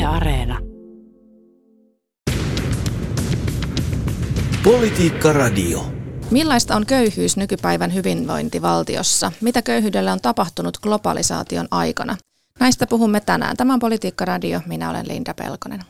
Areena. Politiikka Radio. Millaista on köyhyys nykypäivän hyvinvointivaltiossa? Mitä köyhyydelle on tapahtunut globalisaation aikana? Näistä puhumme tänään. Tämä on Politiikka Radio. Minä olen Linda Pelkonen.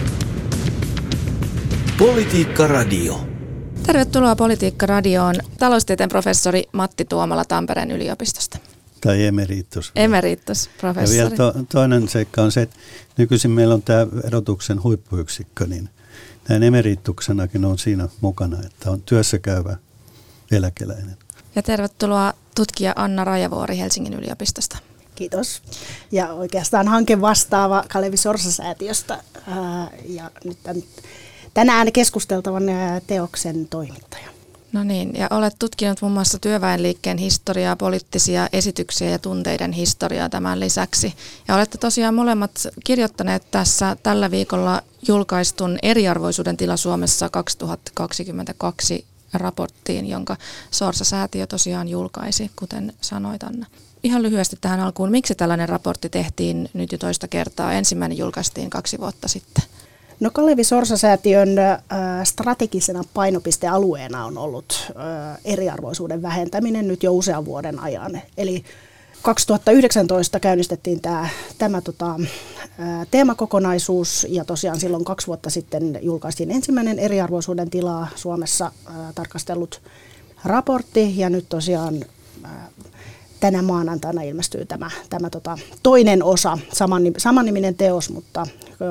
Politiikka Radio. Tervetuloa Politiikka Radioon taloustieteen professori Matti Tuomala Tampereen yliopistosta. Tai emeritus. Emeritusprofessori. Ja vielä toinen seikka on se, että nykyisin meillä on tämä verotuksen huippuyksikkö, niin näin emerituksenakin on siinä mukana, että on työssä käyvä eläkeläinen. Ja tervetuloa tutkija Anna Rajavuori Helsingin yliopistosta. Kiitos. Ja oikeastaan hanke vastaava Kalevi Sorsa-säätiöstä ja nyt tänään keskusteltavan teoksen toimittaja. No niin, ja olet tutkinut muun muassa työväenliikkeen historiaa, poliittisia esityksiä ja tunteiden historiaa tämän lisäksi. Ja olette tosiaan molemmat kirjoittaneet tässä tällä viikolla julkaistun Eriarvoisuuden tila Suomessa 2022 raporttiin, jonka Sorsa-säätiö tosiaan julkaisi, kuten sanoit Anna. Ihan lyhyesti tähän alkuun, miksi tällainen raportti tehtiin nyt jo toista kertaa? Ensimmäinen julkaistiin 2 vuotta sitten. No Kalevi Sorsa-säätiön strategisena painopistealueena on ollut eriarvoisuuden vähentäminen nyt jo usean vuoden ajan. Eli 2019 käynnistettiin tämä teemakokonaisuus ja tosiaan silloin 2 vuotta sitten julkaistiin ensimmäinen eriarvoisuuden tilaa Suomessa tarkastellut raportti ja nyt tosiaan tänä maanantaina ilmestyy tämä toinen osa, samanniminen teos, mutta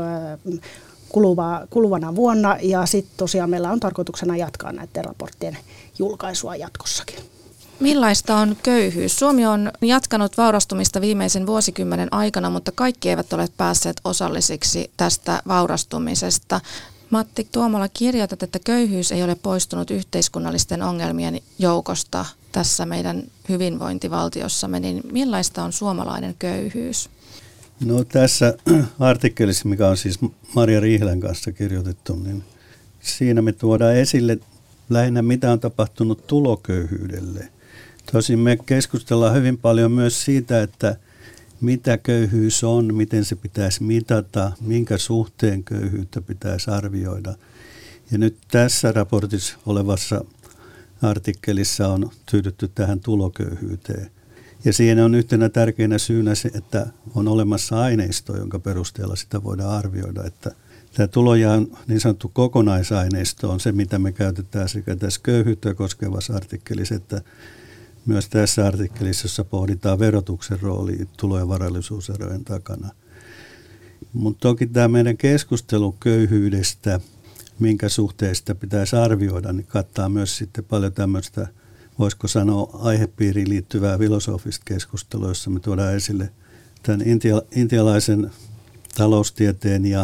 kuluvana vuonna ja sitten tosiaan meillä on tarkoituksena jatkaa näiden raporttien julkaisua jatkossakin. Millaista on köyhyys? Suomi on jatkanut vaurastumista viimeisen vuosikymmenen aikana, mutta kaikki eivät ole päässeet osallisiksi tästä vaurastumisesta. Matti Tuomala, kirjoitat, että köyhyys ei ole poistunut yhteiskunnallisten ongelmien joukosta tässä meidän hyvinvointivaltiossamme, niin millaista on suomalainen köyhyys? No tässä artikkelissa, mikä on siis Marja Riihlän kanssa kirjoitettu, niin siinä me tuodaan esille lähinnä mitä on tapahtunut tuloköyhyydelle. Tosin me keskustellaan hyvin paljon myös siitä, että mitä köyhyys on, miten se pitäisi mitata, minkä suhteen köyhyyttä pitäisi arvioida. Ja nyt tässä raportissa olevassa artikkelissa on tyydytty tähän tuloköyhyyteen. Ja siinä on yhtenä tärkeänä syynä se, että on olemassa aineisto, jonka perusteella sitä voidaan arvioida. Että tämä tulonjaon niin sanottu kokonaisaineisto on se, mitä me käytetään sekä tässä köyhyyttä koskevassa artikkelissa, että myös tässä artikkelissa, jossa pohditaan verotuksen roolia tulo- ja varallisuuserojen takana. Mutta toki tämä meidän keskustelu köyhyydestä, minkä suhteesta pitäisi arvioida, niin kattaa myös sitten paljon tämmöistä, voisiko sanoa, aihepiiriin liittyvää filosofista keskustelua, jossa me tuodaan esille tämän intialaisen taloustieteen ja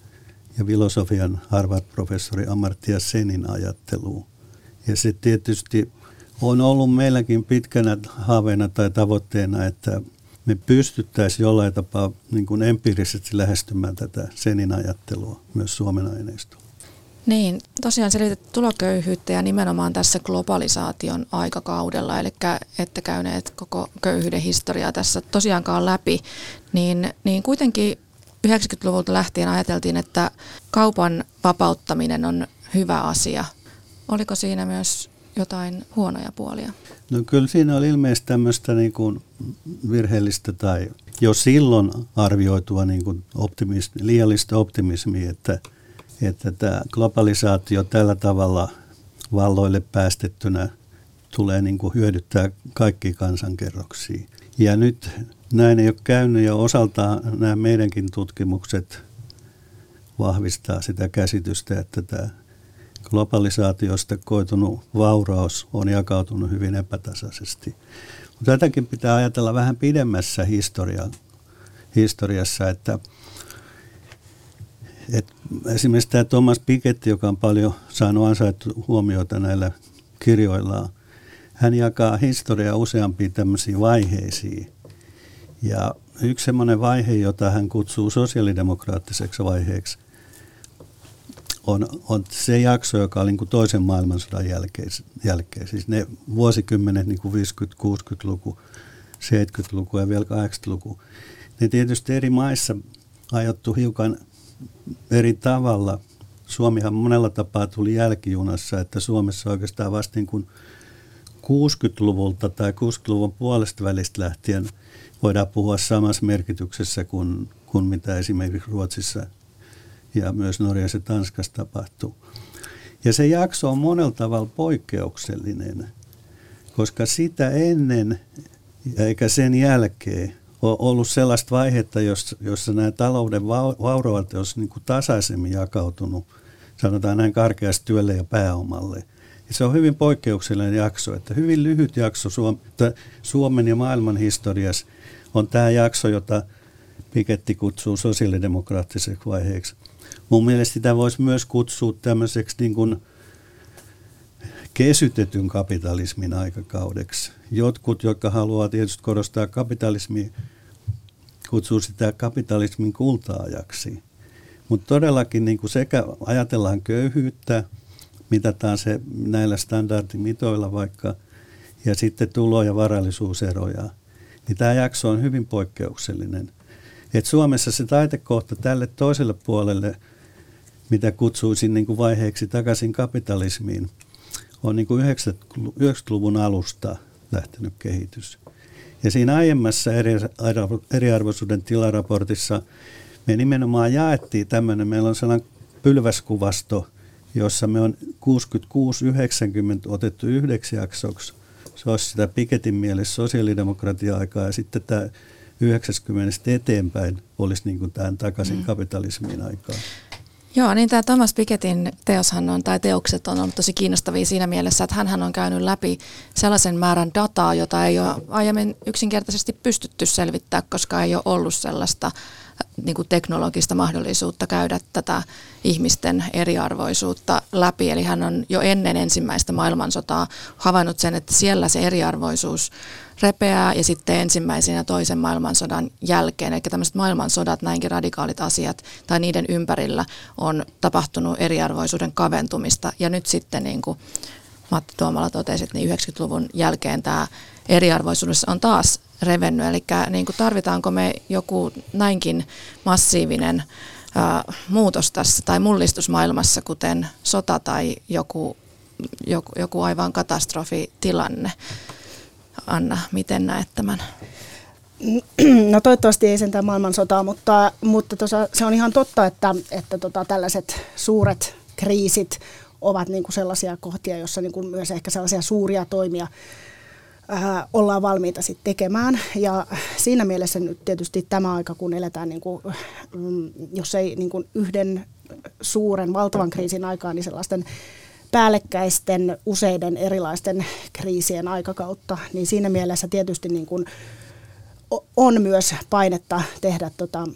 filosofian Harvard-professori Amartya Senin ajatteluun. Ja se tietysti on ollut meilläkin pitkänä haaveena tai tavoitteena, että me pystyttäisiin jollain tapaa niin kuin empiirisesti lähestymään tätä Senin ajattelua myös Suomen aineistolla. Niin, tosiaan selitet tuloköyhyyttä ja nimenomaan tässä globalisaation aikakaudella, eli ette käyneet koko köyhyyden historiaa tässä tosiaankaan läpi, niin kuitenkin 90-luvulta lähtien ajateltiin, että kaupan vapauttaminen on hyvä asia. Oliko siinä myös jotain huonoja puolia? No kyllä siinä oli ilmeisesti tämmöistä niin kuin virheellistä tai jo silloin arvioitua niin kuin liiallista optimismia, että tämä globalisaatio tällä tavalla valloille päästettynä tulee niin kuin hyödyttää kaikkia kansankerroksia. Ja nyt näin ei ole käynyt ja osaltaan nämä meidänkin tutkimukset vahvistaa sitä käsitystä, että tämä globalisaatiosta koitunut vauraus on jakautunut hyvin epätasaisesti. Mutta tätäkin pitää ajatella vähän pidemmässä historiassa, että esimerkiksi tämä Thomas Piketty, joka on paljon saanut ansaittu huomiota näillä kirjoillaan, hän jakaa historiaa useampiin tämmöisiin vaiheisiin. Ja yksi semmoinen vaihe, jota hän kutsuu sosiaalidemokraattiseksi vaiheeksi, on se jakso, joka oli niin kuin toisen maailmansodan jälkeen. Siis ne vuosikymmenet, niin kuin 50-, 60-luku, 70-luku ja vielä 80-luku. Ne tietysti eri maissa ajoittu hiukan eri tavalla. Suomihan monella tapaa tuli jälkijunassa, että Suomessa oikeastaan vasta niin kuin 60-luvulta tai 60-luvun puolesta välistä lähtien voidaan puhua samassa merkityksessä kuin mitä esimerkiksi Ruotsissa ja myös Norjassa ja Tanskassa tapahtuu. Ja se jakso on monella tavalla poikkeuksellinen, koska sitä ennen eikä sen jälkeen on ollut sellaista vaihetta, jossa nämä talouden vauraudet olisi niin kuin tasaisemmin jakautunut, sanotaan näin karkeasti työlle ja pääomalle. Ja se on hyvin poikkeuksellinen jakso, että hyvin lyhyt jakso Suomen ja maailman historiassa on tämä jakso, jota Piketty kutsuu sosiaalidemokraattiseksi vaiheeksi. Mun mielestä sitä voisi myös kutsua tämmöiseksi niin kuin kesytetyn kapitalismin aikakaudeksi. Jotkut, jotka haluaa tietysti korostaa kapitalismia, kutsuu sitä kapitalismin kulta-ajaksi. Mutta todellakin niin kuin sekä ajatellaan köyhyyttä, mitataan se näillä standardimitoilla vaikka, ja sitten tulo- ja varallisuuseroja, niin tämä jakso on hyvin poikkeuksellinen. Et Suomessa se taitekohta tälle toiselle puolelle, mitä kutsuisin niin kuin vaiheeksi takaisin kapitalismiin, on niin kuin 90-luvun alusta lähtenyt kehitys. Ja siinä aiemmassa eriarvoisuuden tilaraportissa me nimenomaan jaettiin tämmöinen, meillä on sellainen pylväskuvasto, jossa me on 66-90 otettu yhdeksi jaksoksi. Se olisi sitä Piketin mielessä sosiaalidemokratia-aikaa ja sitten tämä 90 eteenpäin olisi niin kuin tämän takaisin kapitalismiin aikaa. Joo, niin tämä Thomas Piketin teokset on ollut tosi kiinnostavia siinä mielessä, että hänhän on käynyt läpi sellaisen määrän dataa, jota ei ole aiemmin yksinkertaisesti pystytty selvittämään, koska ei ole ollut sellaista niin kuin teknologista mahdollisuutta käydä tätä ihmisten eriarvoisuutta läpi. Eli hän on jo ennen ensimmäistä maailmansotaa havainnut sen, että siellä se eriarvoisuus repeää ja sitten ensimmäisen ja toisen maailmansodan jälkeen. Eli tämmöiset maailmansodat, näinkin radikaalit asiat tai niiden ympärillä on tapahtunut eriarvoisuuden kaventumista. Ja nyt sitten niin kuin Matti Tuomala totesi, että niin 90-luvun jälkeen tämä eriarvoisuus on taas revennyt. Eli niin kuin tarvitaanko me joku näinkin massiivinen muutos tässä tai mullistus maailmassa, kuten sota tai joku aivan katastrofitilanne? Anna, miten näet tämän? No toivottavasti ei sentään maailmansotaa, mutta se on ihan totta, että tällaiset suuret kriisit ovat niin kuin sellaisia kohtia, joissa niin kuin myös ehkä sellaisia suuria toimia ollaan valmiita sitten tekemään. Ja siinä mielessä nyt tietysti tämä aika, kun eletään, niin kuin, jos ei niin kuin yhden suuren valtavan kriisin aikaa, niin sellaisten päällekkäisten useiden erilaisten kriisien aikakautta, niin siinä mielessä tietysti niin kuin on myös painetta tehdä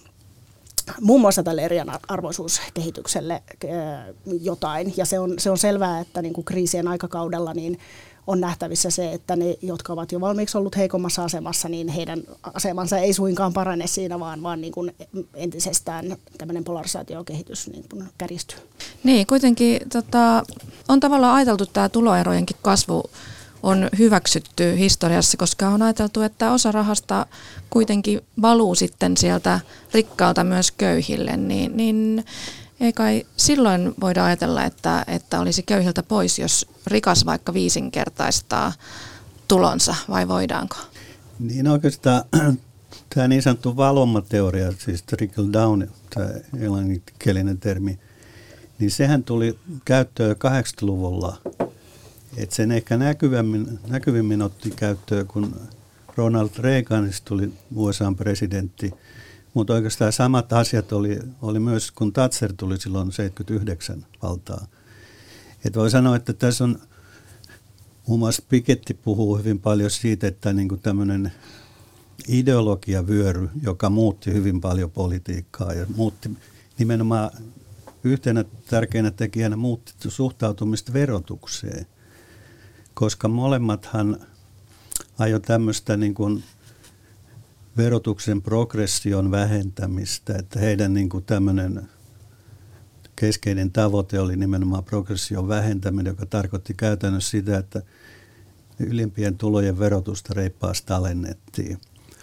muun muassa tälle eriarvoisuuskehitykselle jotain. Ja se on selvää, että niin kuin kriisien aikakaudella niin on nähtävissä se, että ne, jotka ovat jo valmiiksi ollut heikommassa asemassa, niin heidän asemansa ei suinkaan parane siinä, vaan niin kuin entisestään tämmöinen polarisaatiokehitys niin kuin kärjistyy. Niin, kuitenkin on tavallaan ajateltu, että tämä tuloerojenkin kasvu on hyväksytty historiassa, koska on ajateltu, että osa rahasta kuitenkin valuu sitten sieltä rikkaalta myös köyhille, niin ei kai silloin voida ajatella, että olisi köyhiltä pois, jos rikas vaikka viisinkertaistaa tulonsa, vai voidaanko? Niin oikeastaan tämä niin sanottu valoma-teoria, siis trickle down, tämä englanninkielinen termi, niin sehän tuli käyttöön 80-luvulla. Et sen ehkä näkyvimmin otti käyttöön, kun Ronald Reaganista tuli USA:n presidentti. Mutta oikeastaan samat asiat oli myös, kun Thatcher tuli silloin 79 valtaa. Et voi sanoa, että tässä on, muun muassa Piketty puhuu hyvin paljon siitä, että niinku tämmöinen ideologiavyöry, joka muutti hyvin paljon politiikkaa ja muutti nimenomaan yhtenä tärkeänä tekijänä muutti suhtautumista verotukseen, koska molemmathan ajoi tämmöistä niin kuin verotuksen progression vähentämistä, että heidän niin kuin tämmöinen keskeinen tavoite oli nimenomaan progression vähentäminen, joka tarkoitti käytännössä sitä, että ylimpien tulojen verotusta reippaasti alennettiin.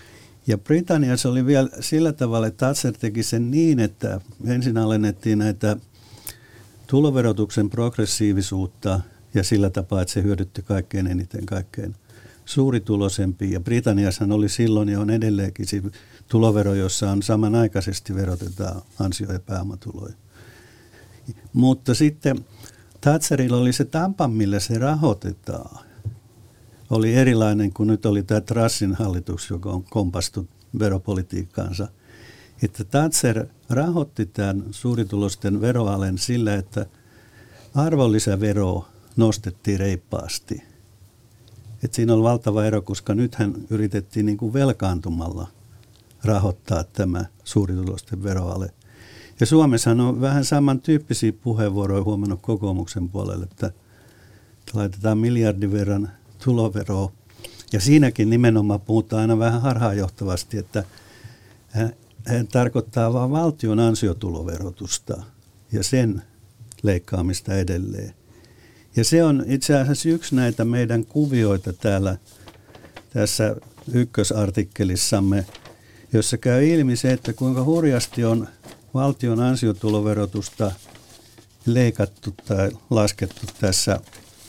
Ja Britanniassa oli vielä sillä tavalla, että Thatcher teki sen niin, että ensin alennettiin näitä tuloverotuksen progressiivisuutta ja sillä tapaa, että se hyödytti kaikkein eniten kaikkein suurituloisempia. Ja Britanniassahan oli silloin ja on edelleenkin tulovero, jossa on samanaikaisesti verotetaan ansio- ja pääomatuloja. Mutta sitten Thatcherilla oli se tapa, millä se rahoitetaan. Oli erilainen kuin nyt oli tämä Trussin hallitus, joka on kompastu veropolitiikkaansa. Että Thatcher rahoitti tämän suurituloisten veroalen sillä, että arvonlisävero nostettiin reippaasti. Että siinä on valtava ero, koska nythän yritettiin niin kuin velkaantumalla rahoittaa tämä suurituloisten veroale. Ja Suomessahan on vähän samantyyppisiä puheenvuoroja huomannut kokoomuksen puolelle, että laitetaan miljardin verran tuloveroa. Ja siinäkin nimenomaan puhutaan aina vähän harhaanjohtavasti, että hän tarkoittaa vain valtion ansiotuloverotusta ja sen leikkaamista edelleen. Ja se on itse asiassa yksi näitä meidän kuvioita täällä tässä ykkösartikkelissamme, jossa käy ilmi se, että kuinka hurjasti on valtion ansiotuloverotusta leikattu tai laskettu tässä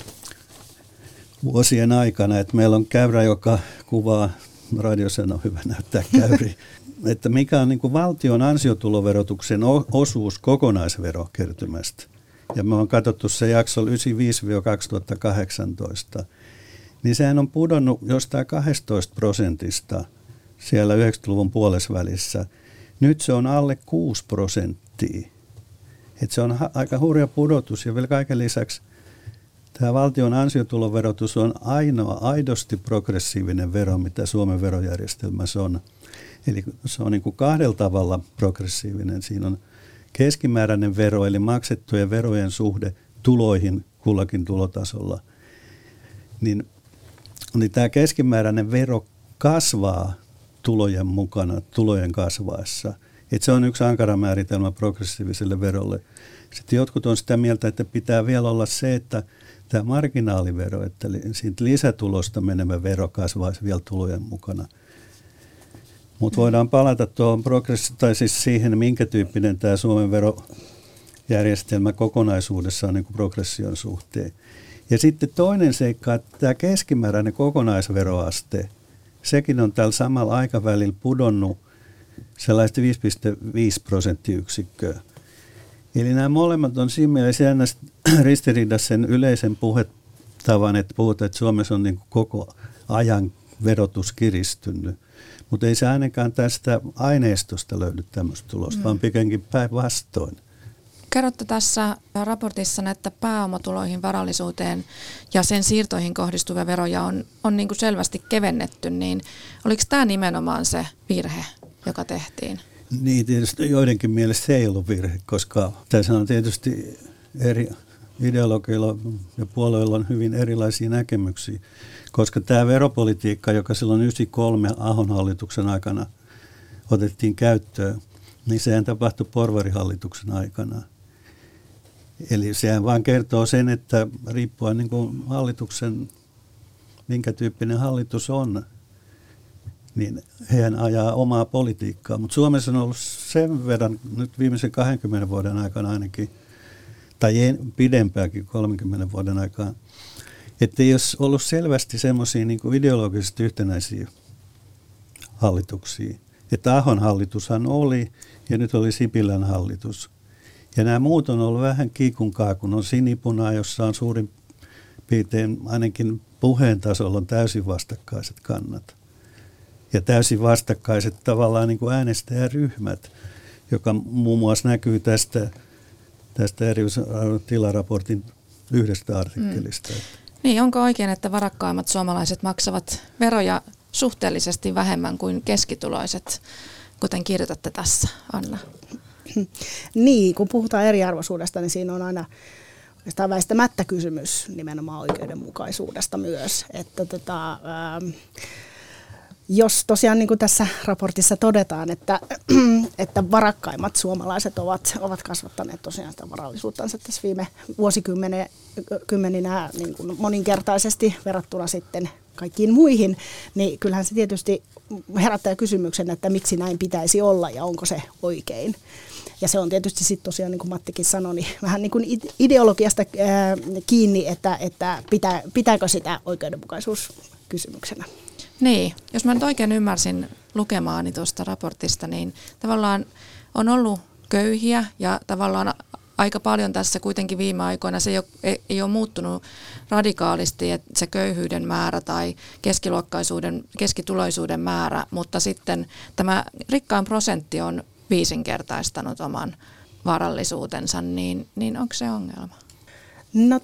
vuosien aikana. Että meillä on käyrä, joka kuvaa, radiossa on hyvä näyttää käyri, että mikä on niin kuin valtion ansiotuloverotuksen osuus kokonaisverokertymästä. Ja me on katsottu se jakso 1995-2018, niin sehän on pudonnut jostain 12% siellä 90-luvun puolesvälissä. Nyt se on alle 6%. Et se on aika hurja pudotus ja vielä kaiken lisäksi tämä valtion ansiotuloverotus on ainoa aidosti progressiivinen vero, mitä Suomen verojärjestelmässä on. Eli se on niin kuin kahdella tavalla progressiivinen. Siinä on keskimääräinen vero, eli maksettujen verojen suhde tuloihin kullakin tulotasolla. Niin tämä keskimääräinen vero kasvaa tulojen mukana, tulojen kasvaessa. Et se on yksi ankara määritelmä progressiiviselle verolle. Sitten jotkut on sitä mieltä, että pitää vielä olla se, että tämä marginaalivero, että siitä lisätulosta menevä vero kasvaisi vielä tulojen mukana. Mutta voidaan palata tuohon siis siihen, minkä tyyppinen tämä Suomen verojärjestelmä kokonaisuudessaan niin kuin progression suhteen. Ja sitten toinen seikka, että tämä keskimääräinen kokonaisveroaste, sekin on tällä samalla aikavälillä pudonnut sellaista 5,5%. Eli nämä molemmat on siinä mielessä ristiriidassa sen yleisen puhetavan, että puhutaan, että Suomessa on niin kuin koko ajan verotus kiristynyt. Mutta ei se ainakaan tästä aineistosta löydy tämmöistä tulosta, vaan pikemminkin päinvastoin. Kerrotte tässä raportissa, että pääomatuloihin, varallisuuteen ja sen siirtoihin kohdistuvia veroja on niin kuin selvästi kevennetty, niin oliko tämä nimenomaan se virhe, joka tehtiin? Niin, tietysti joidenkin mielestä se ei ollut virhe, koska tässä on tietysti eri ideologeilla ja puolueilla on hyvin erilaisia näkemyksiä, koska tämä veropolitiikka, joka silloin 1993 Ahon hallituksen aikana otettiin käyttöön, niin sehän tapahtui porvarihallituksen aikana. Eli sehän vaan kertoo sen, että riippuen niin kuin hallituksen, minkä tyyppinen hallitus on, niin hehän ajaa omaa politiikkaa. Mutta Suomessa on ollut sen verran nyt viimeisen 20 vuoden aikana ainakin, tai pidempäänkin 30 vuoden aikaa, että ei olisi ollut selvästi semmoisia niin kuin ideologisesti yhtenäisiä hallituksia. Että Ahon hallitushan oli, ja nyt oli Sipilän hallitus. Ja nämä muut on ollut vähän kiikunkaa, kun on Sinipunaa, jossa on suurin piirtein ainakin puheen tasolla on täysin vastakkaiset kannat. Ja täysin vastakkaiset tavallaan niin kuin äänestäjäryhmät, joka muun muassa näkyy tästä eri tilaraportin yhdestä artikkelista. Niin, onko oikein, että varakkaimmat suomalaiset maksavat veroja suhteellisesti vähemmän kuin keskituloiset, kuten kirjoitatte tässä, Anna? Niin, kun puhutaan eriarvoisuudesta, niin siinä on aina oikeastaan väistämättä kysymys nimenomaan oikeudenmukaisuudesta myös. Että jos tosiaan niin kuin tässä raportissa todetaan, että varakkaimmat suomalaiset ovat kasvattaneet tosiaan sitä varallisuuttansa tässä viime vuosikymmeninä niin kuin moninkertaisesti verrattuna sitten kaikkiin muihin, niin kyllähän se tietysti herättää kysymyksen, että miksi näin pitäisi olla ja onko se oikein. Ja se on tietysti sitten tosiaan, niin kuin Mattikin sanoi, niin vähän niin kuin ideologiasta kiinni, että pitääkö sitä oikeudenmukaisuuskysymyksenä. Niin, jos mä nyt oikein ymmärsin lukemaani tuosta raportista, niin tavallaan on ollut köyhiä ja tavallaan aika paljon tässä kuitenkin viime aikoina se ei ole muuttunut radikaalisti, että se köyhyyden määrä tai keskituloisuuden määrä, mutta sitten tämä rikkaan prosentti on viisinkertaistanut oman varallisuutensa, niin onko se ongelma? No,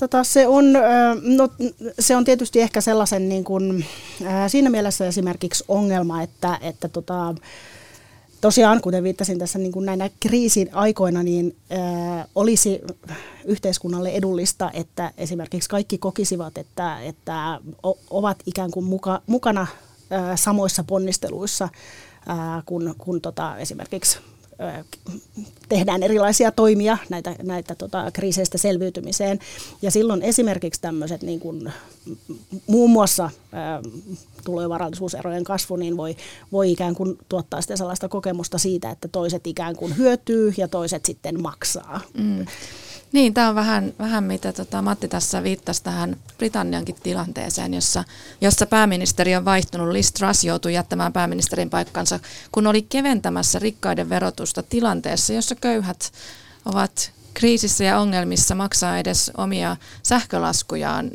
se on tietysti ehkä sellaisen niin kuin, siinä mielessä esimerkiksi ongelma, että tosiaan, kuten viittasin tässä niin kuin näinä kriisin aikoina, niin olisi yhteiskunnalle edullista, että esimerkiksi kaikki kokisivat, että ovat ikään kuin mukana samoissa ponnisteluissa, kun esimerkiksi tehdään erilaisia toimia näitä kriiseistä selviytymiseen. Ja silloin esimerkiksi tämmöiset niin kuin, muun muassa tulo- ja varallisuuserojen kasvu niin voi ikään kuin tuottaa sitten sellaista kokemusta siitä, että toiset ikään kuin hyötyy ja toiset sitten maksaa. Mm. Niin, tämä on vähän mitä Matti tässä viittasi tähän Britanniankin tilanteeseen, jossa pääministeri on vaihtunut. Liz Truss joutui jättämään pääministerin paikkansa, kun oli keventämässä rikkaiden verotusta tilanteessa, jossa köyhät ovat kriisissä ja ongelmissa maksaa edes omia sähkölaskujaan.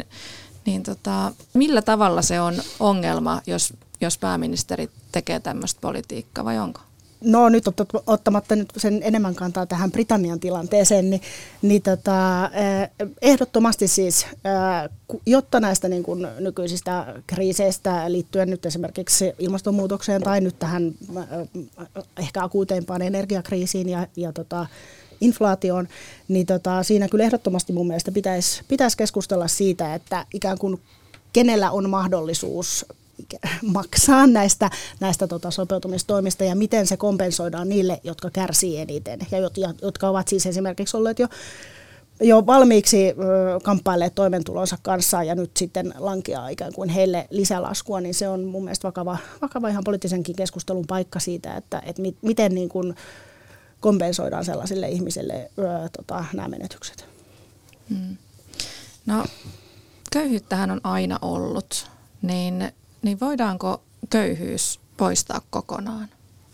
Millä tavalla se on ongelma, jos pääministeri tekee tämmöistä politiikkaa vai onko? No nyt ottamatta nyt sen enemmän kantaa tähän Britannian tilanteeseen, niin ehdottomasti siis, jotta näistä niin kuin nykyisistä kriiseistä liittyen nyt esimerkiksi ilmastonmuutokseen tai nyt tähän ehkä akuuteimpaan energiakriisiin ja inflaatioon, niin siinä kyllä ehdottomasti mun mielestä pitäisi keskustella siitä, että ikään kuin kenellä on mahdollisuus maksaa näistä sopeutumistoimista ja miten se kompensoidaan niille, jotka kärsii eniten ja jotka ovat siis esimerkiksi olleet jo valmiiksi kamppailleet toimeentulonsa kanssa ja nyt sitten lankeaa ikään kuin heille lisälaskua, niin se on mun mielestä vakava ihan poliittisenkin keskustelun paikka siitä, että miten niin kuin kompensoidaan sellaisille ihmisille nämä menetykset. No, köyhyyttähän on aina ollut, niin voidaanko köyhyys poistaa kokonaan?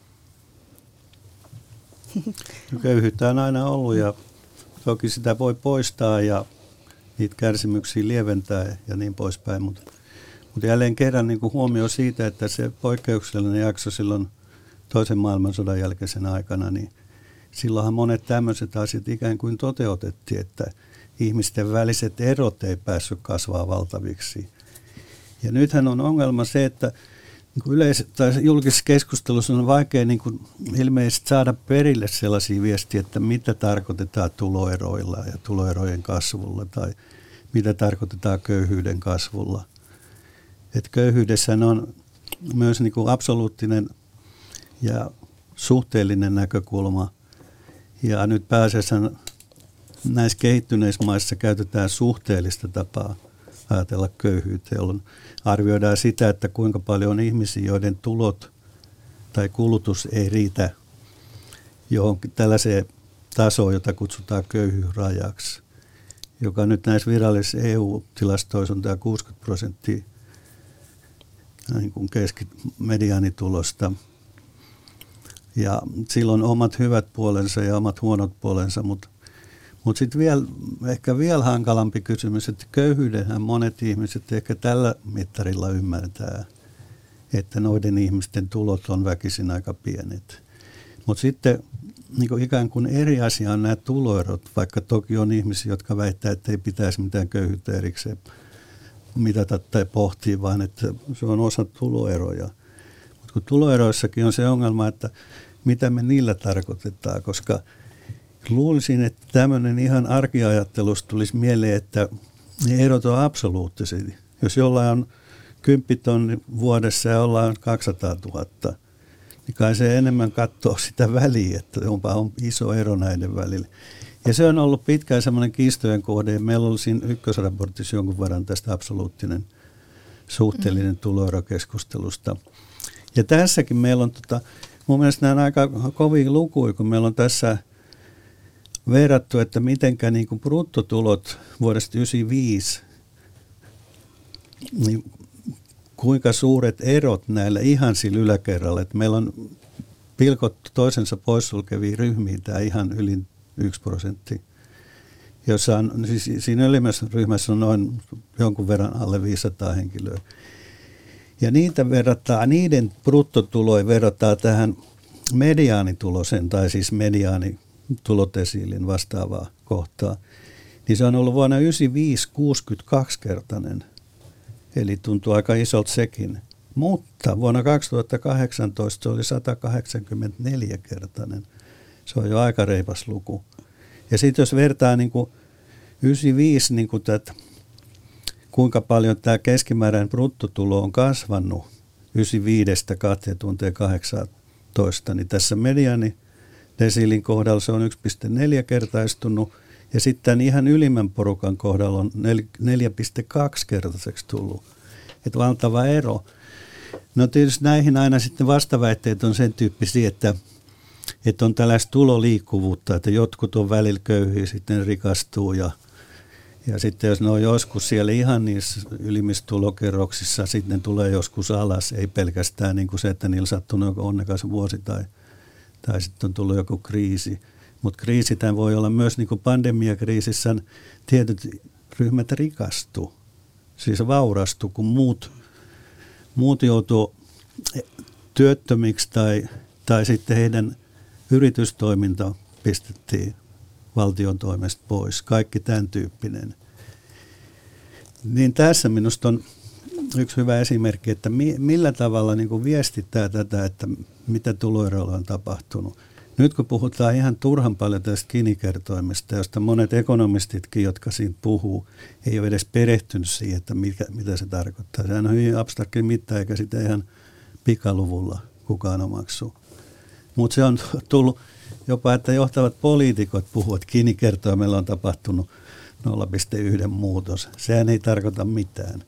Köyhyyttä on aina ollut ja toki sitä voi poistaa ja niitä kärsimyksiä lieventää ja niin poispäin, mutta jälleen kerran niin kuin huomio siitä, että se poikkeuksellinen jakso silloin toisen maailmansodan jälkeisenä aikana, niin silloinhan monet tämmöiset asiat ikään kuin toteutettiin, että ihmisten väliset erot ei päässyt kasvaa valtaviksi. Ja nythän on ongelma se, että niin julkisessa keskustelussa on vaikea niin kuin ilmeisesti saada perille sellaisia viestiä, että mitä tarkoitetaan tuloeroilla ja tuloerojen kasvulla tai mitä tarkoitetaan köyhyyden kasvulla. Että köyhyydessä on myös niin kuin absoluuttinen ja suhteellinen näkökulma. Ja nyt pääasiassa näissä kehittyneissä maissa käytetään suhteellista tapaa ajatella köyhyyttä, jolloin arvioidaan sitä, että kuinka paljon on ihmisiä, joiden tulot tai kulutus ei riitä johonkin tällaiseen tasoon, jota kutsutaan köyhyysrajaksi, joka nyt näissä virallisissa EU-tilastoissa on tämä 60% niin kuin keskimediaanitulosta. Ja sillä on omat hyvät puolensa ja omat huonot puolensa, mutta sitten ehkä vielä hankalampi kysymys, että köyhyydenhän monet ihmiset ehkä tällä mittarilla ymmärtää, että noiden ihmisten tulot on väkisin aika pienet. Mutta sitten niin kuin ikään kuin eri asia on nämä tuloerot, vaikka toki on ihmisiä, jotka väittää, että ei pitäisi mitään köyhyyttä erikseen mitata tai pohtia, vaan että se on osa tuloeroja. Mutta kun tuloeroissakin on se ongelma, että mitä me niillä tarkoitetaan, koska luulisin, että tämmöinen ihan arkiajattelusta tulisi mieleen, että ne erot on absoluuttisia. Jos jollain on 10 000 vuodessa ja jollain on 200 000, niin kai se enemmän katsoo sitä väliä, että on iso ero näiden välillä. Ja se on ollut pitkään semmoinen kiistojen kohde. Meillä oli siinä ykkösraportissa jonkun verran tästä absoluuttinen suhteellinen tuloerokeskustelusta. Ja tässäkin meillä on, mun mielestä nämä on aika kovia lukuja, kun meillä on tässä verrattu, että mitenkä niin kuin bruttotulot vuodesta 1995, niin kuinka suuret erot näillä ihan sillä yläkerralla, että meillä on pilkottu toisensa poissulkevia ryhmiä, tämä ihan yli 1%, jossa on, siis siinä ylimmässä ryhmässä on noin jonkun verran alle 500 henkilöä. Ja niiden bruttotuloja verrataan tähän mediaanitulosen, tai siis mediaanitulodesiilin vastaavaa kohtaa, niin se on ollut vuonna 1995 62-kertainen, eli tuntuu aika isolta sekin. Mutta vuonna 2018 se oli 184-kertainen. Se on jo aika reipas luku. Ja sitten jos vertaa niin kuin 95, niin kuin kuinka paljon tämä keskimääräinen bruttotulo on kasvanut 95-2018, niin tässä mediaanidesiilin kohdalla se on 1,4-kertaistunut, ja sitten tämän ihan ylimmän porukan kohdalla on 4,2-kertaiseksi tullut. Että valtava ero. No tietysti näihin aina sitten vastaväitteet on sen tyyppisiä, että on tällaista tuloliikkuvuutta, että jotkut on välillä köyhiä, sitten rikastuu ja sitten jos ne on joskus siellä ihan niissä ylimmissä tulokerroksissa, sitten ne tulee joskus alas, ei pelkästään niin kuin se, että niillä sattuu joku onnekas vuosi tai sitten on tullut joku kriisi. Mutta kriisitään voi olla myös niin kuin pandemiakriisissä tietyt ryhmät rikastuu, siis vaurastuu, kun muut joutuu työttömiksi tai sitten heidän yritystoiminta pistettiin valtion toimesta pois. Kaikki tämän tyyppinen. Niin tässä minusta on yksi hyvä esimerkki, että millä tavalla niin kuin viestittää tätä, että mitä tuloeroilla on tapahtunut. Nyt kun puhutaan ihan turhan paljon tästä Gini-kertoimesta, josta monet ekonomistitkin, jotka siitä puhuu, ei ole edes perehtynyt siihen, että mitä se tarkoittaa. Sehän on hyvin abstrakti mitta, eikä sitä ihan pikaluvulla kukaan omaksu. Mutta se on tullut jopa, että johtavat poliitikot puhuvat, että Gini-kertoimella on tapahtunut 0,1 muutos. Sehän ei tarkoita mitään.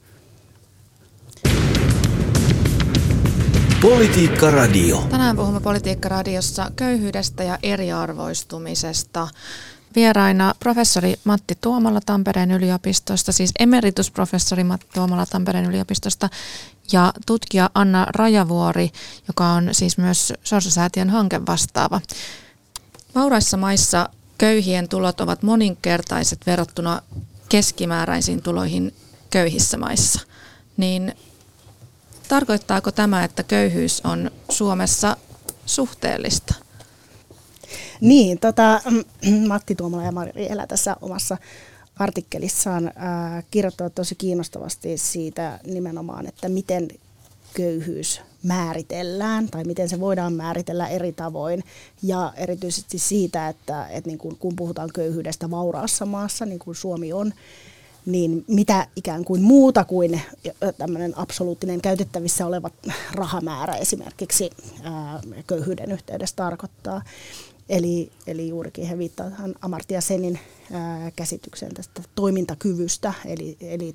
Politiikka Radio. Tänään puhumme Politiikka Radiossa köyhyydestä ja eriarvoistumisesta. Vieraina professori Matti Tuomala Tampereen yliopistosta, siis emeritusprofessori Matti Tuomala Tampereen yliopistosta ja tutkija Anna Rajavuori, joka on siis myös Sorsa-säätiön hankevastaava. Vauraissa maissa köyhien tulot ovat moninkertaiset verrattuna keskimääräisiin tuloihin köyhissä maissa. Niin tarkoittaako tämä, että köyhyys on Suomessa suhteellista? Niin, Matti Tuomala ja Marja Riihelä tässä omassa artikkelissaan kirjoittavat tosi kiinnostavasti siitä nimenomaan, että miten köyhyys määritellään tai miten se voidaan määritellä eri tavoin. Ja erityisesti siitä, että niin kun puhutaan köyhyydestä vauraassa maassa, niin kuin Suomi on, niin mitä ikään kuin muuta kuin tämmöinen absoluuttinen käytettävissä oleva rahamäärä esimerkiksi köyhyyden yhteydessä tarkoittaa. Eli juurikin he viittaavat Amartya Senin käsitykseen tästä toimintakyvystä, eli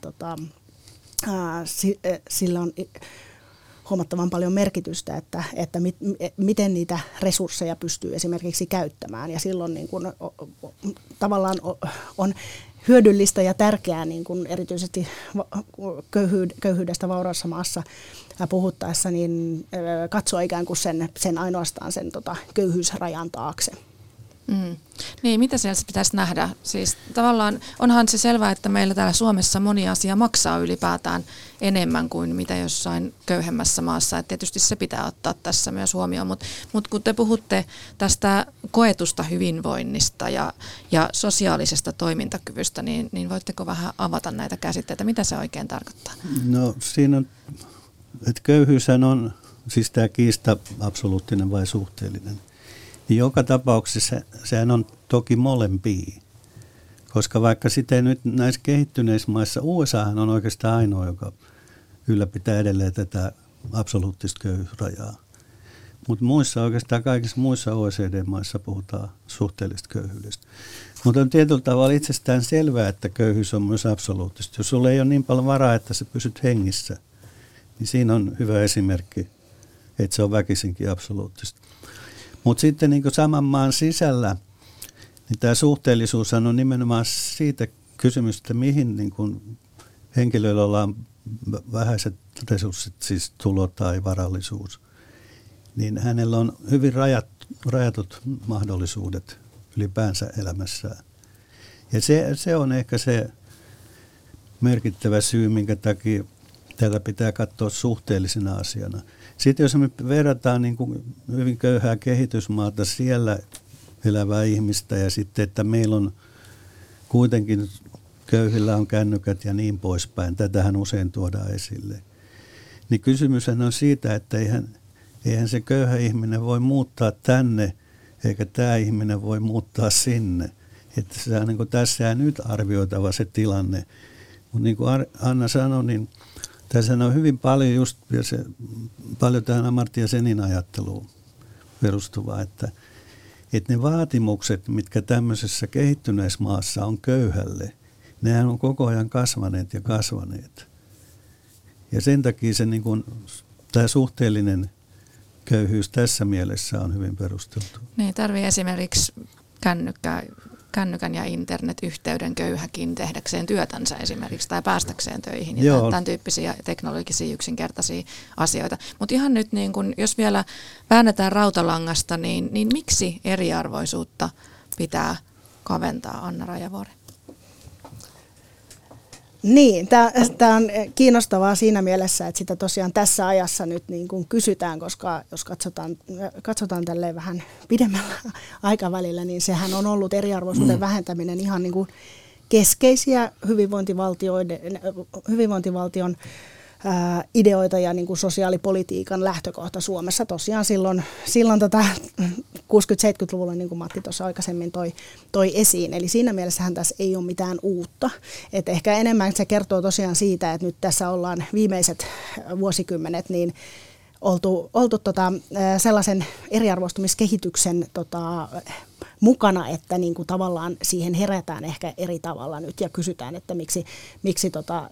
sillä on huomattavan paljon merkitystä, että miten niitä resursseja pystyy esimerkiksi käyttämään. Ja silloin niin kun, tavallaan on hyödyllistä ja tärkeää niin kun erityisesti köyhyydestä vauraassa maassa puhuttaessa, niin katsoa ikään kuin sen ainoastaan sen köyhyysrajan taakse. Niin, mitä siellä pitäisi nähdä? Siis tavallaan onhan se selvää, että meillä täällä Suomessa moni asia maksaa ylipäätään enemmän kuin mitä jossain köyhemmässä maassa. Et tietysti se pitää ottaa tässä myös huomioon, mutta kun te puhutte tästä koetusta hyvinvoinnista ja sosiaalisesta toimintakyvystä, niin voitteko vähän avata näitä käsitteitä? Mitä se oikein tarkoittaa? No siinä on, että köyhyyshän on, siis tämä kiista absoluuttinen vai suhteellinen. Joka tapauksessa sehän on toki molempia, koska vaikka sitä nyt näissä kehittyneissä maissa, USAhan on oikeastaan ainoa, joka ylläpitää edelleen tätä absoluuttista köyhyysrajaa. Mutta oikeastaan kaikissa muissa OECD-maissa puhutaan suhteellisesta köyhyydestä. Mutta on tietyllä tavalla itsestään selvää, että köyhyys on myös absoluuttista. Jos sulla ei ole niin paljon varaa, että sä pysyt hengissä, niin siinä on hyvä esimerkki, että se on väkisinkin absoluuttista. Mutta sitten niin kuin saman maan sisällä, niin tämä suhteellisuus on nimenomaan siitä kysymys, että mihin niin kuin henkilöillä on vähäiset resurssit, siis tulo tai varallisuus, niin hänellä on hyvin rajatut mahdollisuudet ylipäänsä elämässään. Ja se on ehkä se merkittävä syy, minkä takia tätä pitää katsoa suhteellisena asiana. Sitten jos me verrataan niin kuin hyvin köyhää kehitysmaata, siellä elävää ihmistä ja sitten, että meillä on kuitenkin köyhillä on kännykät ja niin poispäin, tätähän usein tuodaan esille. Niin kysymyshän on siitä, että eihän se köyhä ihminen voi muuttaa tänne, eikä tämä ihminen voi muuttaa sinne. Että se on niin kuin tässä ja nyt arvioitava se tilanne. Mutta niin kuin Anna sanoi, niin tässä on hyvin paljon just paljon tähän Amartya Senin ajatteluun perustuvaa, että ne vaatimukset, mitkä tämmöisessä kehittyneessä maassa on köyhälle, nehän on koko ajan kasvaneet ja kasvaneet. Ja sen takia se niin kuin, tämä suhteellinen köyhyys tässä mielessä on hyvin perusteltu. Niin, tarvii esimerkiksi kännykän ja internetyhteyden köyhäkin tehdäkseen työtänsä esimerkiksi tai päästäkseen töihin ja tämän tyyppisiä teknologisia yksinkertaisia asioita. Mutta ihan nyt, niin kun, jos vielä väännetään rautalangasta, niin miksi eriarvoisuutta pitää kaventaa, Anna Rajavuori? Niin, tämä on kiinnostavaa siinä mielessä, että sitä tosiaan tässä ajassa nyt niin kuin kysytään, koska jos katsotaan tälleen vähän pidemmällä aikavälillä, niin sehän on ollut eriarvoisuuden vähentäminen ihan niin kuin keskeisiä hyvinvointivaltion ideoita ja niin kuin sosiaalipolitiikan lähtökohta Suomessa tosiaan silloin 60-70-luvulla, niin kuin Matti tuossa aikaisemmin toi esiin. Eli siinä mielessähän tässä ei ole mitään uutta. Et ehkä enemmän se kertoo tosiaan siitä, että nyt tässä ollaan viimeiset vuosikymmenet niin oltu sellaisen eriarvoistumiskehityksen mukana, että niin kuin tavallaan siihen herätään ehkä eri tavalla nyt ja kysytään, että miksi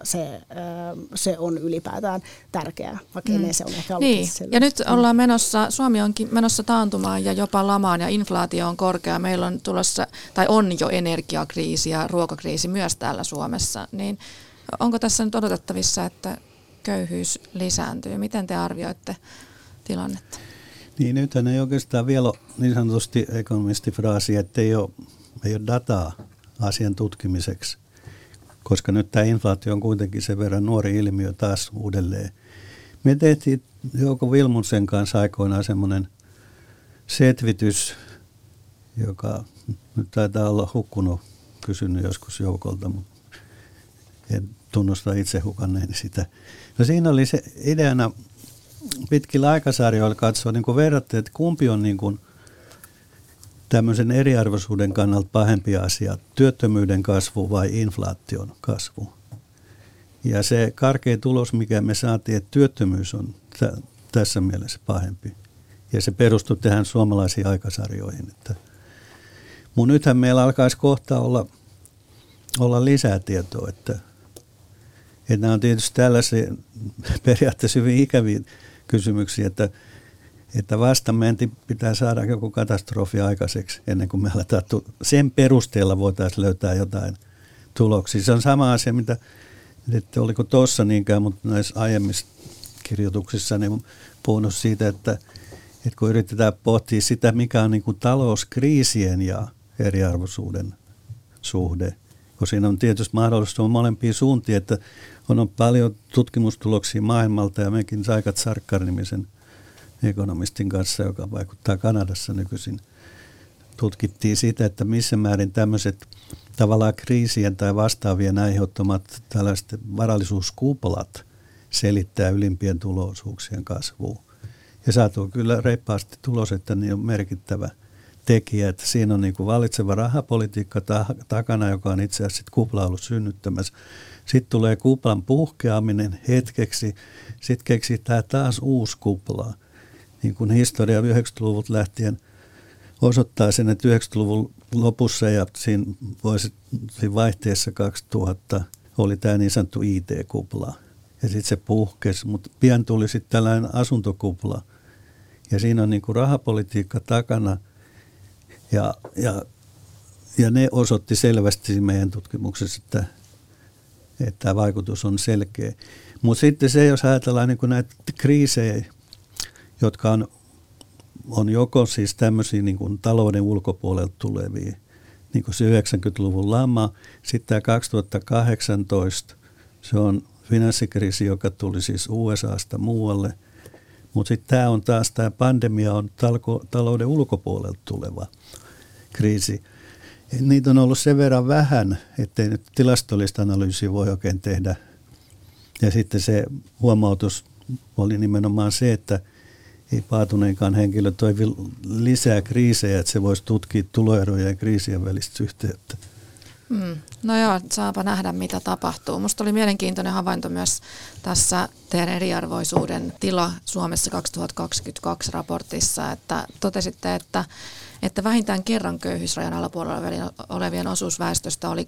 se on ylipäätään tärkeää, vaikka ennen se on ehkä ollut niin. Ja nyt ollaan Suomi onkin menossa taantumaan ja jopa lamaan ja inflaatio on korkea. Meillä on tulossa, tai on jo energiakriisi ja ruokakriisi myös täällä Suomessa, niin onko tässä nyt odotettavissa, että köyhyys lisääntyy? Miten te arvioitte tilannetta? Niin, nythän ei oikeastaan vielä ole niin sanotusti ekonomistifraasi, että ei ole dataa asian tutkimiseksi, koska nyt tämä inflaatio on kuitenkin sen verran nuori ilmiö taas uudelleen. Me tehtiin Jouko Vilmunsen kanssa aikoinaan semmoinen setvitys, joka nyt taitaa olla hukkunut, kysynyt joskus Joukolta, mutta en tunnusta itse hukanneeni sitä. No siinä oli se ideana pitkillä aikasarjoilla katsoa, niin verrattiin, että kumpi on niin kuin tämmöisen eriarvoisuuden kannalta pahempi asia, työttömyyden kasvu vai inflaation kasvu. Ja se karkea tulos, mikä me saatiin, että työttömyys on tässä mielessä pahempi. Ja se perustui tähän suomalaisiin aikasarjoihin. Mutta nythän meillä alkaisi kohta olla lisää tietoa, että nämä on tietysti tällaisia periaatteessa hyvin ikäviä kysymyksiä, että vasta meidän pitää saada joku katastrofi aikaiseksi ennen kuin me aletaan sen perusteella voitaisiin löytää jotain tuloksia. Se on sama asia, mitä oliko tuossa niinkään, mutta näissä aiemmissa kirjoituksissa niin puhunut siitä, että kun yritetään pohtia sitä, mikä on niin kuin talouskriisien ja eriarvoisuuden suhde, kun siinä on tietysti mahdollista molempia suuntia, että on paljon tutkimustuloksia maailmalta ja mekin Saikat Sarkar-nimisen ekonomistin kanssa, joka vaikuttaa Kanadassa nykyisin, tutkittiin sitä, että missä määrin tämmöiset tavallaan kriisien tai vastaavien aiheuttamat tällaiset varallisuuskuplat selittää ylimpien tulo-osuuksien kasvua. Ja saatu kyllä reippaasti tulos, että ne on merkittävä tekijä, että siinä on niin kuin vallitseva rahapolitiikka takana, joka on itse asiassa kupla ollut synnyttämässä. Sitten tulee kuplan puhkeaminen hetkeksi, sitten keksitään taas uusi kupla. Niin kuin historia 90-luvulta lähtien osoittaa sen, että 90-luvun lopussa ja siinä vaihteessa 2000 oli tämä niin sanottu IT-kupla. ja sitten se puhkesi, mutta pian tuli sitten tällainen asuntokupla. Ja siinä on niin kuin rahapolitiikka takana ja ne osoitti selvästi meidän tutkimuksessa, että tämä vaikutus on selkeä. Mutta sitten se, jos ajatellaan niin kuin näitä kriisejä, jotka on joko siis tämmöisiä niin kuin talouden ulkopuolelta tulevia, niin kuin se 90-luvun lama, sitten tämä 2018, se on finanssikriisi, joka tuli siis USAsta muualle, mutta sitten tämä pandemia on talouden ulkopuolelta tuleva kriisi. Niitä on ollut sen verran vähän, ettei nyt tilastollista analyysiä voi oikein tehdä. Ja sitten se huomautus oli nimenomaan se, että ei paatuneenkaan henkilö toivi lisää kriisejä, että se voisi tutkia tuloeroja ja kriisien välistä yhteyttä. No joo, saapa nähdä mitä tapahtuu. Musta oli mielenkiintoinen havainto myös tässä teidän eriarvoisuuden tila Suomessa 2022 raportissa, että totesitte, että vähintään kerran köyhyysrajan alapuolella olevien osuus väestöstä oli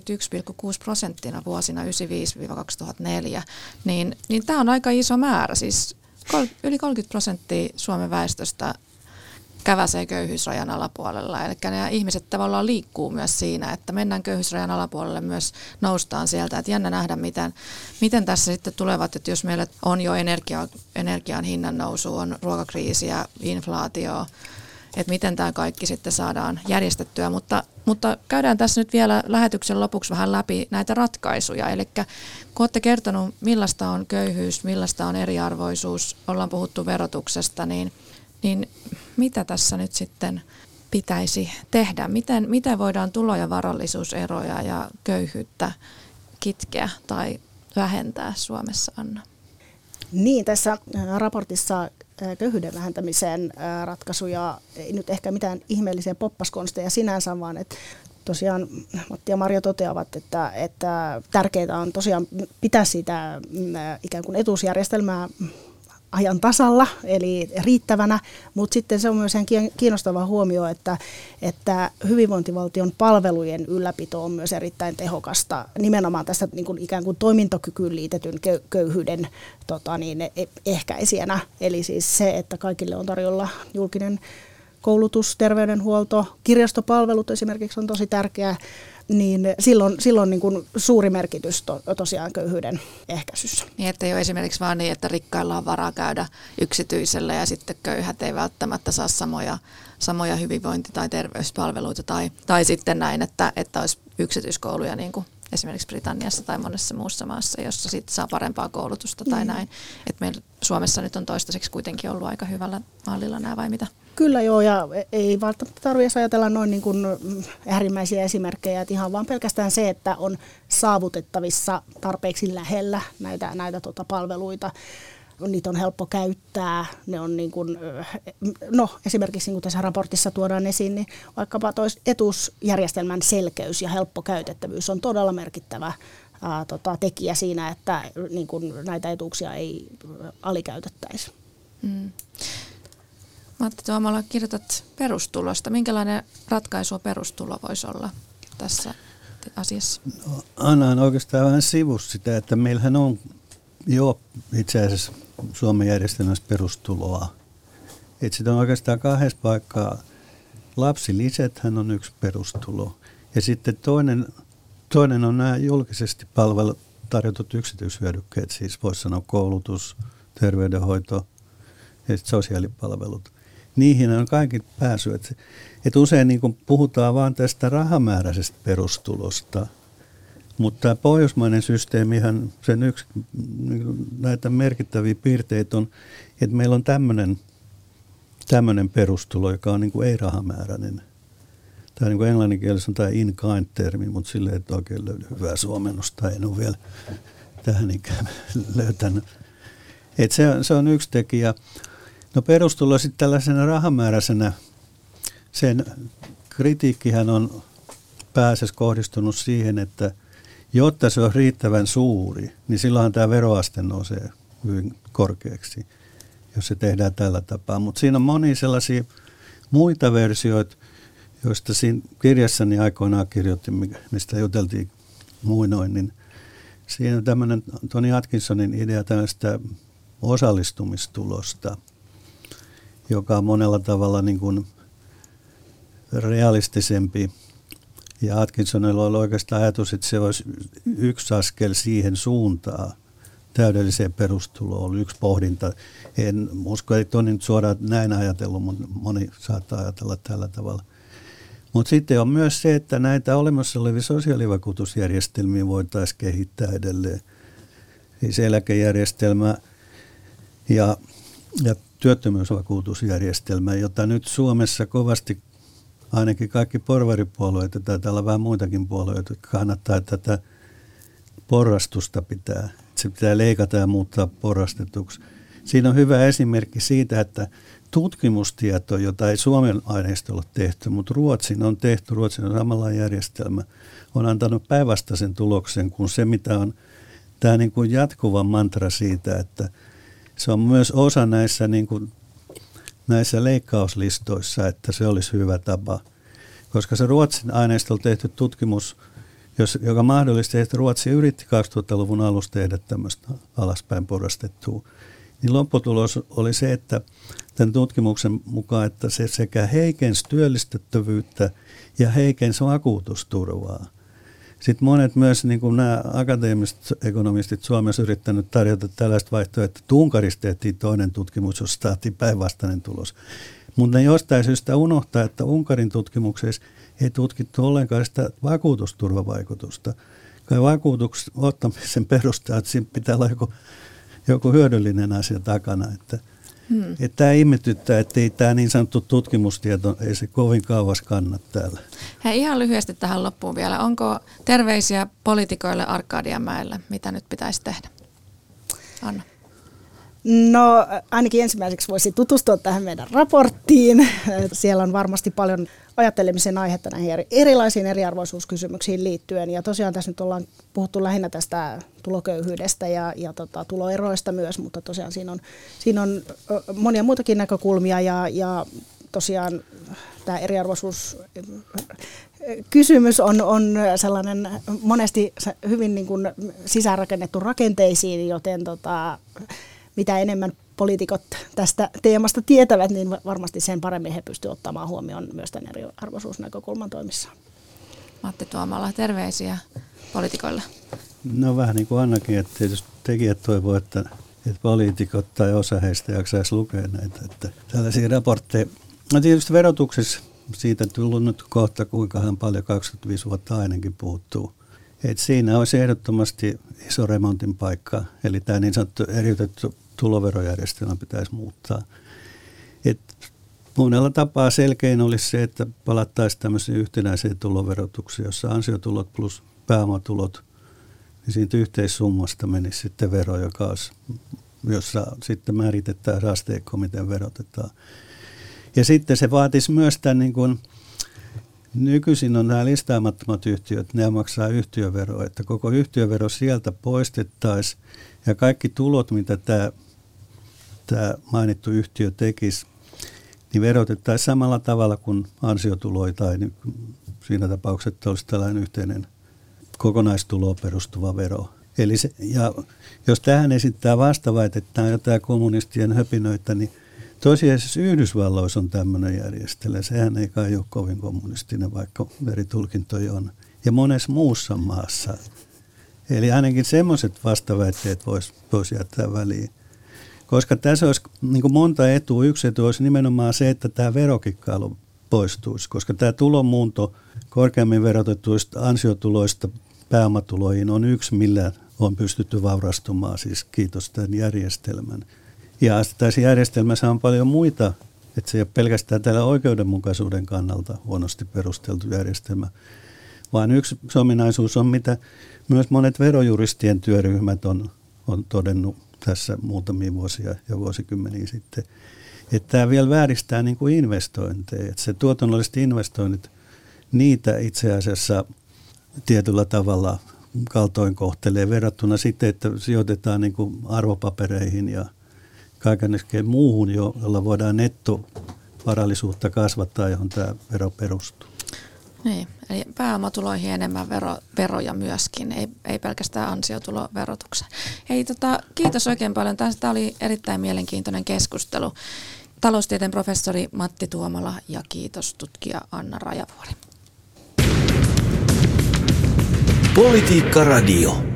31,6% vuosina 1995-2004, niin tämä on aika iso määrä, siis yli 30% Suomen väestöstä käväsee köyhyysrajan alapuolella. Eli nämä ihmiset tavallaan liikkuu myös siinä, että mennään köyhyysrajan alapuolelle, myös noustaan sieltä. Että jännä nähdä, miten tässä sitten tulevat, että jos meillä on jo energian hinnan nousu, on ruokakriisiä, inflaatio, että miten tämä kaikki sitten saadaan järjestettyä. Mutta käydään tässä nyt vielä lähetyksen lopuksi vähän läpi näitä ratkaisuja. Eli kun olette kertonut, millaista on köyhyys, millaista on eriarvoisuus, ollaan puhuttu verotuksesta, niin mitä tässä nyt sitten pitäisi tehdä? Miten voidaan tulo- ja varallisuuseroja ja köyhyyttä kitkeä tai vähentää Suomessa, Anna? Niin, tässä raportissa köyhyyden vähentämiseen ratkaisuja, ei nyt ehkä mitään ihmeellisiä poppaskonsteja sinänsä, vaan että tosiaan Matti ja Marja toteavat, että tärkeää on tosiaan pitää sitä ikään kuin etuusjärjestelmää ajan tasalla, eli riittävänä, mutta sitten se on myös kiinnostava huomio, että hyvinvointivaltion palvelujen ylläpito on myös erittäin tehokasta, nimenomaan tässä niin kuin ikään kuin toimintokykyyn liitetyn köyhyyden ehkäisijänä, eli siis se, että kaikille on tarjolla julkinen koulutus, terveydenhuolto, kirjastopalvelut esimerkiksi on tosi tärkeää, niin silloin niin kuin suuri merkitys tosiaan köyhyyden ehkäisyssä. Niin, että ei ole esimerkiksi vaan niin, että rikkailla on varaa käydä yksityisellä ja sitten köyhät ei välttämättä saa samoja hyvinvointi- tai terveyspalveluita tai sitten näin, että olisi yksityiskouluja niin kuin esimerkiksi Britanniassa tai monessa muussa maassa, jossa sitten saa parempaa koulutusta tai näin. Että meillä Suomessa nyt on toistaiseksi kuitenkin ollut aika hyvällä mallilla nämä vai mitä? Kyllä joo, ja ei välttämättä tarvitse ajatella noin niin kuin äärimmäisiä esimerkkejä, että ihan vaan pelkästään se, että on saavutettavissa tarpeeksi lähellä näitä palveluita. Niitä on helppo käyttää, ne on niin kuin, esimerkiksi niin kuin tässä raportissa tuodaan esiin, niin vaikkapa etuusjärjestelmän selkeys ja helppo käytettävyys on todella merkittävä tekijä siinä, että niin kuin näitä etuuksia ei alikäytettäisi. Matti Tuomala, kirjoitat perustulosta. Minkälainen ratkaisu perustulo voisi olla tässä asiassa? No, Anna on oikeastaan vähän sivussa sitä, että meillähän on jo itse asiassa Suomen järjestelmässä perustuloa. Että sitä on oikeastaan kahdessa paikkaa. Lapsilisäthän on yksi perustulo. Ja sitten toinen on nämä julkisesti palvelut tarjotut yksityishyödykkeet, siis voisi sanoa koulutus, terveydenhoito ja sosiaalipalvelut. Niihin on kaikki pääsy. Että usein niin kun puhutaan vain tästä rahamääräisestä perustulosta, mutta tämä pohjoismainen systeemihan, sen yksi näitä merkittäviä piirteitä on, että meillä on tämmöinen perustulo, joka on niin kuin ei-rahamääräinen. Tämä niin kuin englanninkielessä on tämä in-kind-termi, mutta sille ei oikein löydy hyvää suomennosta. En ole vielä tähän ikään löytänyt. Että se on yksi tekijä. No perustulo sitten tällaisena rahamääräisenä, sen kritiikkihän on pääasiassa kohdistunut siihen, että jotta se on riittävän suuri, niin silloinhan tämä veroaste nousee hyvin korkeaksi, jos se tehdään tällä tapaa. Mutta siinä on monia sellaisia muita versioita, joista siinä kirjassani aikoinaan kirjoitin, mistä juteltiin muinoin, niin Siinä on tämmöinen Tony Atkinsonin idea tällaista osallistumistulosta, joka on monella tavalla niin kuin realistisempi. Ja Atkinsonilla oli oikeastaan ajatus, että se olisi yksi askel siihen suuntaan täydelliseen perustuloon, oli yksi pohdinta. En usko, että Tony nyt suoraan näin ajatellut, mutta moni saattaa ajatella tällä tavalla. Mutta sitten on myös se, että näitä olemassa olevia sosiaalivakuutusjärjestelmiä voitaisiin kehittää edelleen. Siis eläkejärjestelmä ja työttömyysvakuutusjärjestelmä, jota nyt Suomessa kovasti ainakin kaikki porvaripuolueet, ja taitaa olla vähän muitakin puolueita, jotka kannattaa, että tätä porrastusta pitää. Se pitää leikata ja muuttaa porrastetuksi. Siinä on hyvä esimerkki siitä, että tutkimustieto, jota ei Suomen aineistolla ole tehty, mutta Ruotsin on tehty, Ruotsin on samalla järjestelmä, on antanut päinvastaisen tuloksen kuin se, mitä on tämä niin kuin jatkuva mantra siitä, että se on myös osa näissä, niin kuin, näissä leikkauslistoissa, että se olisi hyvä tapa. Koska se Ruotsin aineistolla tehty tutkimus, joka mahdollisti, että Ruotsi yritti 2000-luvun alussa tehdä tämmöistä alaspäin porrastettua, niin lopputulos oli se, että tämän tutkimuksen mukaan, että se sekä heikensi työllistettävyyttä ja heikensi vakuutusturvaa. Sitten monet myös, niin kuin nämä akateemiset ekonomistit Suomessa yrittänyt tarjota tällaista vaihtoehtoa, että Unkarissa tehtiin toinen tutkimus, jossa saatiin päinvastainen tulos. Mutta ne jostain syystä unohtaa, että Unkarin tutkimuksessa ei tutkittu ollenkaan sitä vakuutusturvavaikutusta. Kai vakuutuksen ottamisen perusteella, että siinä pitää olla joku hyödyllinen asia takana. Että tämä ihmetyttää, että ei tämä niin sanottu tutkimustieto, ei se kovin kauas kanna täällä. Hei, ihan lyhyesti tähän loppuun vielä. Onko terveisiä poliitikoille Arkadianmäellä? Mitä nyt pitäisi tehdä? Anna. No ainakin ensimmäiseksi voisi tutustua tähän meidän raporttiin. Siellä on varmasti paljon ajattelemisen aihetta näihin erilaisiin eriarvoisuuskysymyksiin liittyen. Ja tosiaan tässä nyt ollaan puhuttu lähinnä tästä tuloköyhyydestä ja tuloeroista myös, mutta tosiaan siinä on monia muitakin näkökulmia ja tosiaan tämä eriarvoisuuskysymys on sellainen monesti hyvin niin kuin sisäänrakennettu rakenteisiin, joten mitä enemmän poliitikot tästä teemasta tietävät, niin varmasti sen paremmin he pystyvät ottamaan huomioon myös tämän eriarvoisuusnäkökulman toimissaan. Matti Tuomala, terveisiä poliitikoille. No vähän niin kuin Annakin, että tietysti tekijät toivoo, että poliitikot tai osa heistä jaksaisi lukea näitä. Että tällaisia raportteja. No tietysti verotuksessa siitä tullut nyt kohta kuinkahan paljon, 25 vuotta ainakin puuttuu. Et siinä olisi ehdottomasti iso remontin paikka, eli tämä niin sanottu eriytetty tuloverojärjestelmä pitäisi muuttaa. Et monella tapaa selkein olisi se, että palattaisiin tämmöiseen yhtenäiseen tuloverotukseen, jossa ansiotulot plus pääomatulot, niin siitä yhteissummasta menisi sitten vero, jossa sitten määritettäisiin asteikko, miten verotetaan. Ja sitten se vaatisi myös tämän niin kuin nykyisin on nämä listaamattomat yhtiöt, ne maksaa yhtiöveroa, että koko yhtiövero sieltä poistettaisiin ja kaikki tulot, mitä tämä mainittu yhtiö tekisi, niin verotettaisiin samalla tavalla kuin ansiotuloja tai siinä tapauksessa, että olisi tällainen yhteinen kokonaistuloon perustuva vero. Eli ja jos tähän esittää vastaväite, että tämä on jotain kommunistien höpinöitä, niin tosiasiassa Yhdysvalloissa on tämmöinen järjestelmä. Sehän ei kai ole kovin kommunistinen, vaikka eri tulkintoja on. Ja monessa muussa maassa. Eli ainakin semmoiset vastaväitteet voisi jättää väliin. Koska tässä olisi niin kuin monta etua. Yksi etu olisi nimenomaan se, että tämä verokikkailu poistuisi. Koska tämä tulonmuunto korkeammin verotetuista ansiotuloista pääomatuloihin on yksi, millä on pystytty vaurastumaan, siis kiitos tämän järjestelmän. Ja tässä järjestelmässä on paljon muita, että se ei ole pelkästään tällä oikeudenmukaisuuden kannalta huonosti perusteltu järjestelmä, vaan yksi ominaisuus on, mitä myös monet verojuristien työryhmät on todennut tässä muutamia vuosia ja vuosikymmeniä sitten, että tämä vielä vääristää niin kuin investointeja, että se tuotannolliset investoinnit, niitä itse asiassa tietyllä tavalla kaltoin kohtelee verrattuna sitten, että sijoitetaan niin kuin arvopapereihin ja kaikennäköiseen muuhun, jolla voidaan nettovarallisuutta kasvattaa, johon tämä vero perustuu. Niin, eli pääomatuloihin enemmän veroja myöskin, ei pelkästään ansiotuloverotukseen. Hei, kiitos oikein paljon. Tämä oli erittäin mielenkiintoinen keskustelu. Taloustieteen professori Matti Tuomala ja kiitos tutkija Anna Rajavuori. Politiikka Radio.